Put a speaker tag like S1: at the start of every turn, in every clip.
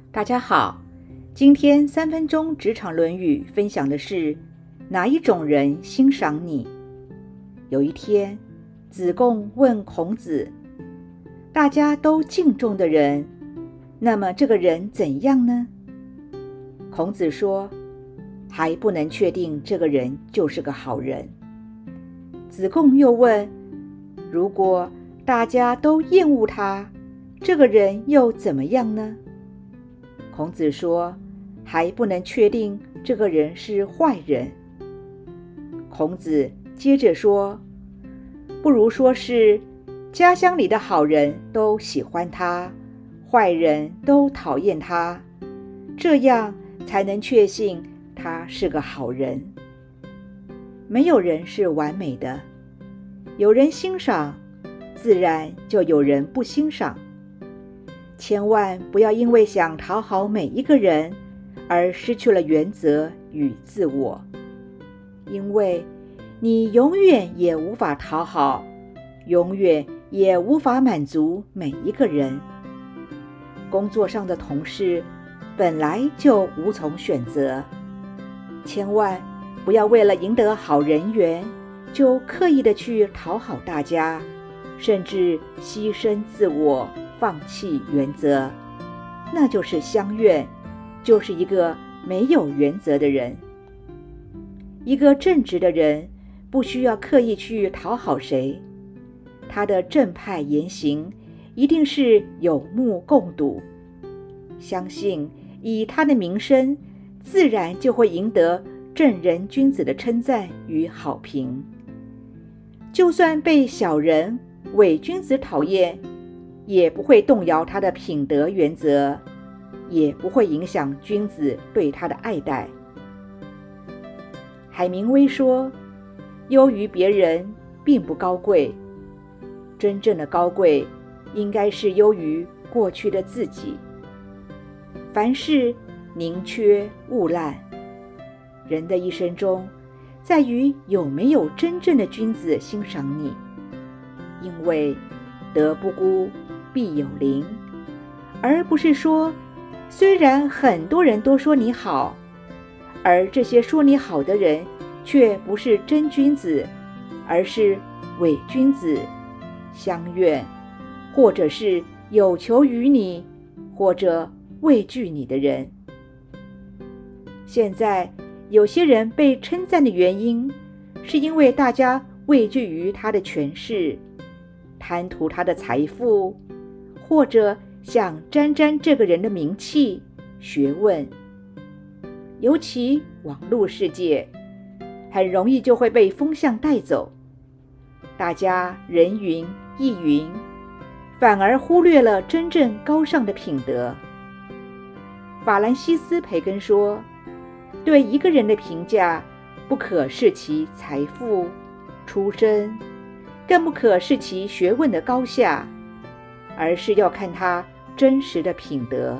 S1: 大家好，今天3分钟职场论语分享的是哪一种人欣赏你？有一天，子贡问孔子，大家都敬重的人，那么这个人怎样呢？孔子说，还不能确定这个人就是个好人。子贡又问，如果大家都厌恶他，这个人又怎么样呢？孔子说，还不能确定这个人是坏人。孔子接着说，不如说是家乡里的好人都喜欢他，坏人都讨厌他，这样才能确信他是个好人。没有人是完美的，有人欣赏，自然就有人不欣赏。千万不要因为想讨好每一个人而失去了原则与自我，因为你永远也无法讨好，永远也无法满足每一个人。工作上的同事本来就无从选择，千万不要为了赢得好人缘，就刻意的去讨好大家，甚至牺牲自我，放弃原则，那就是相怨，就是一个没有原则的人。一个正直的人不需要刻意去讨好谁，他的正派言行一定是有目共睹，相信以他的名声，自然就会赢得正人君子的称赞与好评。就算被小人伪君子讨厌，也不会动摇他的品德原则，也不会影响君子对他的爱戴。海明威说，优于别人并不高贵，真正的高贵应该是优于过去的自己。凡事宁缺毋滥，人的一生中，在于有没有真正的君子欣赏你，因为德不孤，必有邻，而不是说虽然很多人都说你好，而这些说你好的人却不是真君子，而是伪君子，相怨，或者是有求于你，或者畏惧你的人。现在有些人被称赞的原因，是因为大家畏惧于他的权势，贪图他的财富，或者想沾沾这个人的名气、学问。尤其网络世界，很容易就会被风向带走，大家人云亦云，反而忽略了真正高尚的品德。法兰西斯·培根说，对一个人的评价，不可视其财富、出身，更不可视其学问的高下，而是要看他真实的品德。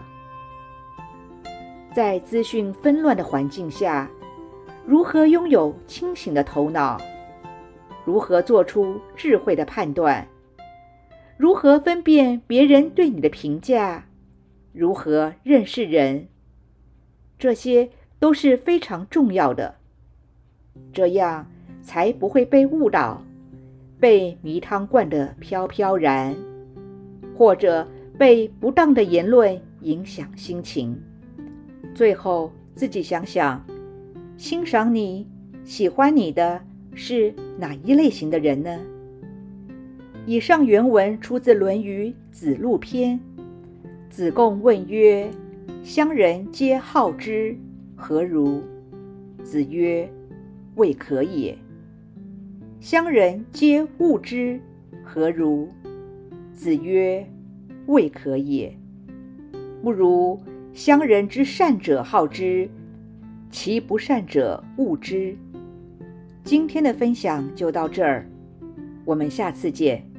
S1: 在资讯纷乱的环境下，如何拥有清醒的头脑？如何做出智慧的判断？如何分辨别人对你的评价？如何认识人？这些都是非常重要的，这样才不会被误导，被迷汤灌得飘飘然，或者被不当的言论影响心情。最后自己想想，欣赏你、喜欢你的是哪一类型的人呢？以上原文出自《论语·子路篇》。子贡问曰：乡人皆好之，何如？子曰：未可也。乡人皆恶之，何如？子曰：未可也。不如乡人之善者好之，其不善者恶之。今天的分享就到这儿，我们下次见。